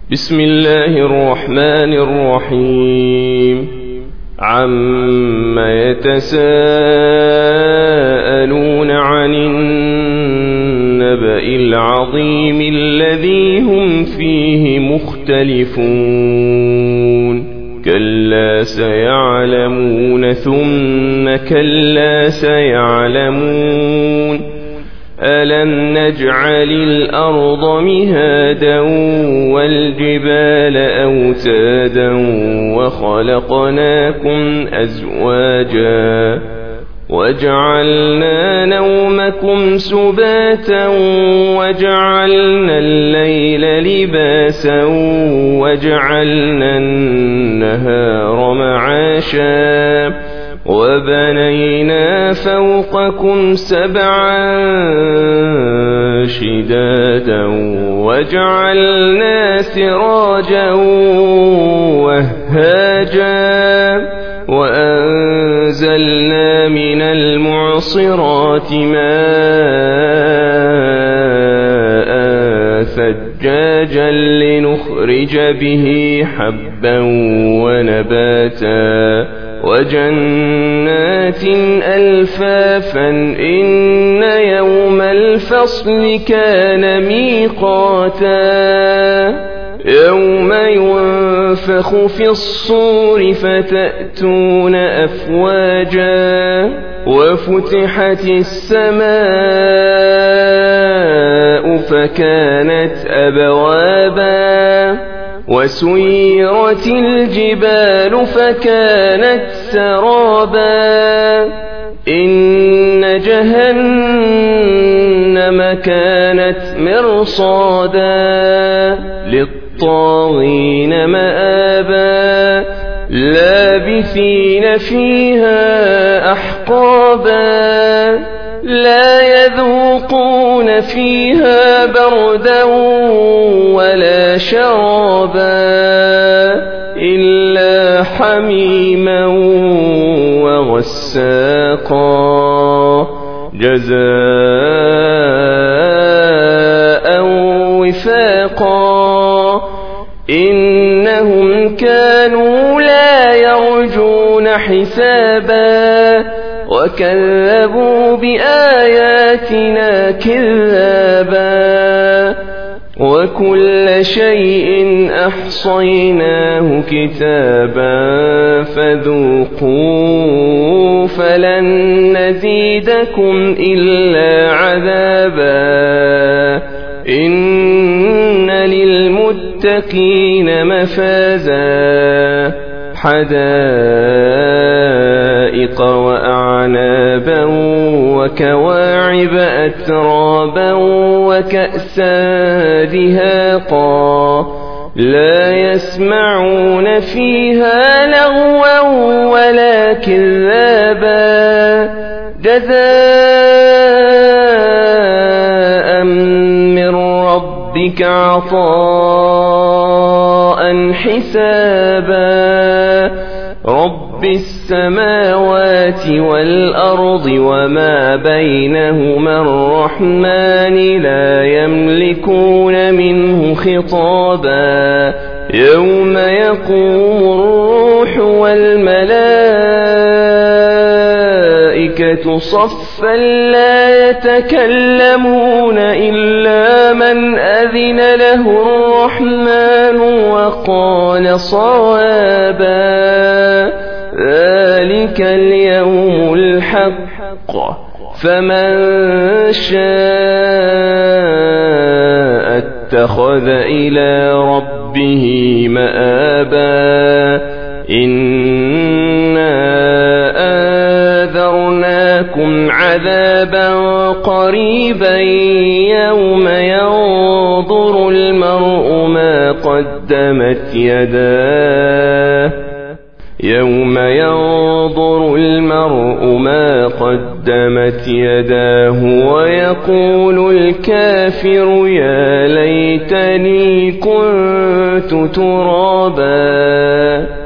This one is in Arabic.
بسم الله الرحمن الرحيم. عم يتساءلون عن النبأ العظيم الذي هم فيه مختلفون كلا سيعلمون ثم كلا سيعلمون ألم نجعل الأرض مهادا والجبال أوتادا وخلقناكم أزواجا وجعلنا نومكم سباتا وجعلنا الليل لباسا وجعلنا النهار معاشا وبنينا فوقكم سبعا شدادا وجعلنا سراجا وهاجا وأنزلنا من المعصرات ماء ثجاجا لنخرج به حبا ونباتا وجنات ألفافا إن يوم الفصل كان ميقاتا يوم ينفخ في الصور فتأتون أفواجا وفتحت السماء فكانت أبوابا وسيرت الجبال فكانت سرابا إن جهنم كانت مرصادا للطاغين مآبا لابثين فيها أحقابا لا يذوقون فيها بردا ولا شرابا إلا حميما وغساقا جزاء وفاقا إنهم كانوا لا يرجون حسابا وكذبوا بآياتنا كذابا وكل شيء أحصيناه كتابا فذوقوا فلن نزيدكم إلا عذابا إن للمتقين مفازا حدائق وأعنابا وكواعب أترابا وكأسا دهاقا لا يسمعون فيها لغوا ولا كذابا جزاء من ربك عطاء حسابا رب السماوات والأرض وما بينهما الرحمن لا يملكون منه خطابا يوم يقوم الروح والملائكة صفا لا يتكلمون إلا من أذن له الرحمن وقال صوابا ذلك اليوم الحق فمن شاء اتخذ إلى ربه مآبا إنا أنذرناكم عذابا قريبا يوم ينظر المرء ما قدمت يداه يوم ينظر المرء ما قدمت يداه ويقول الكافر يا ليتني كنت ترابا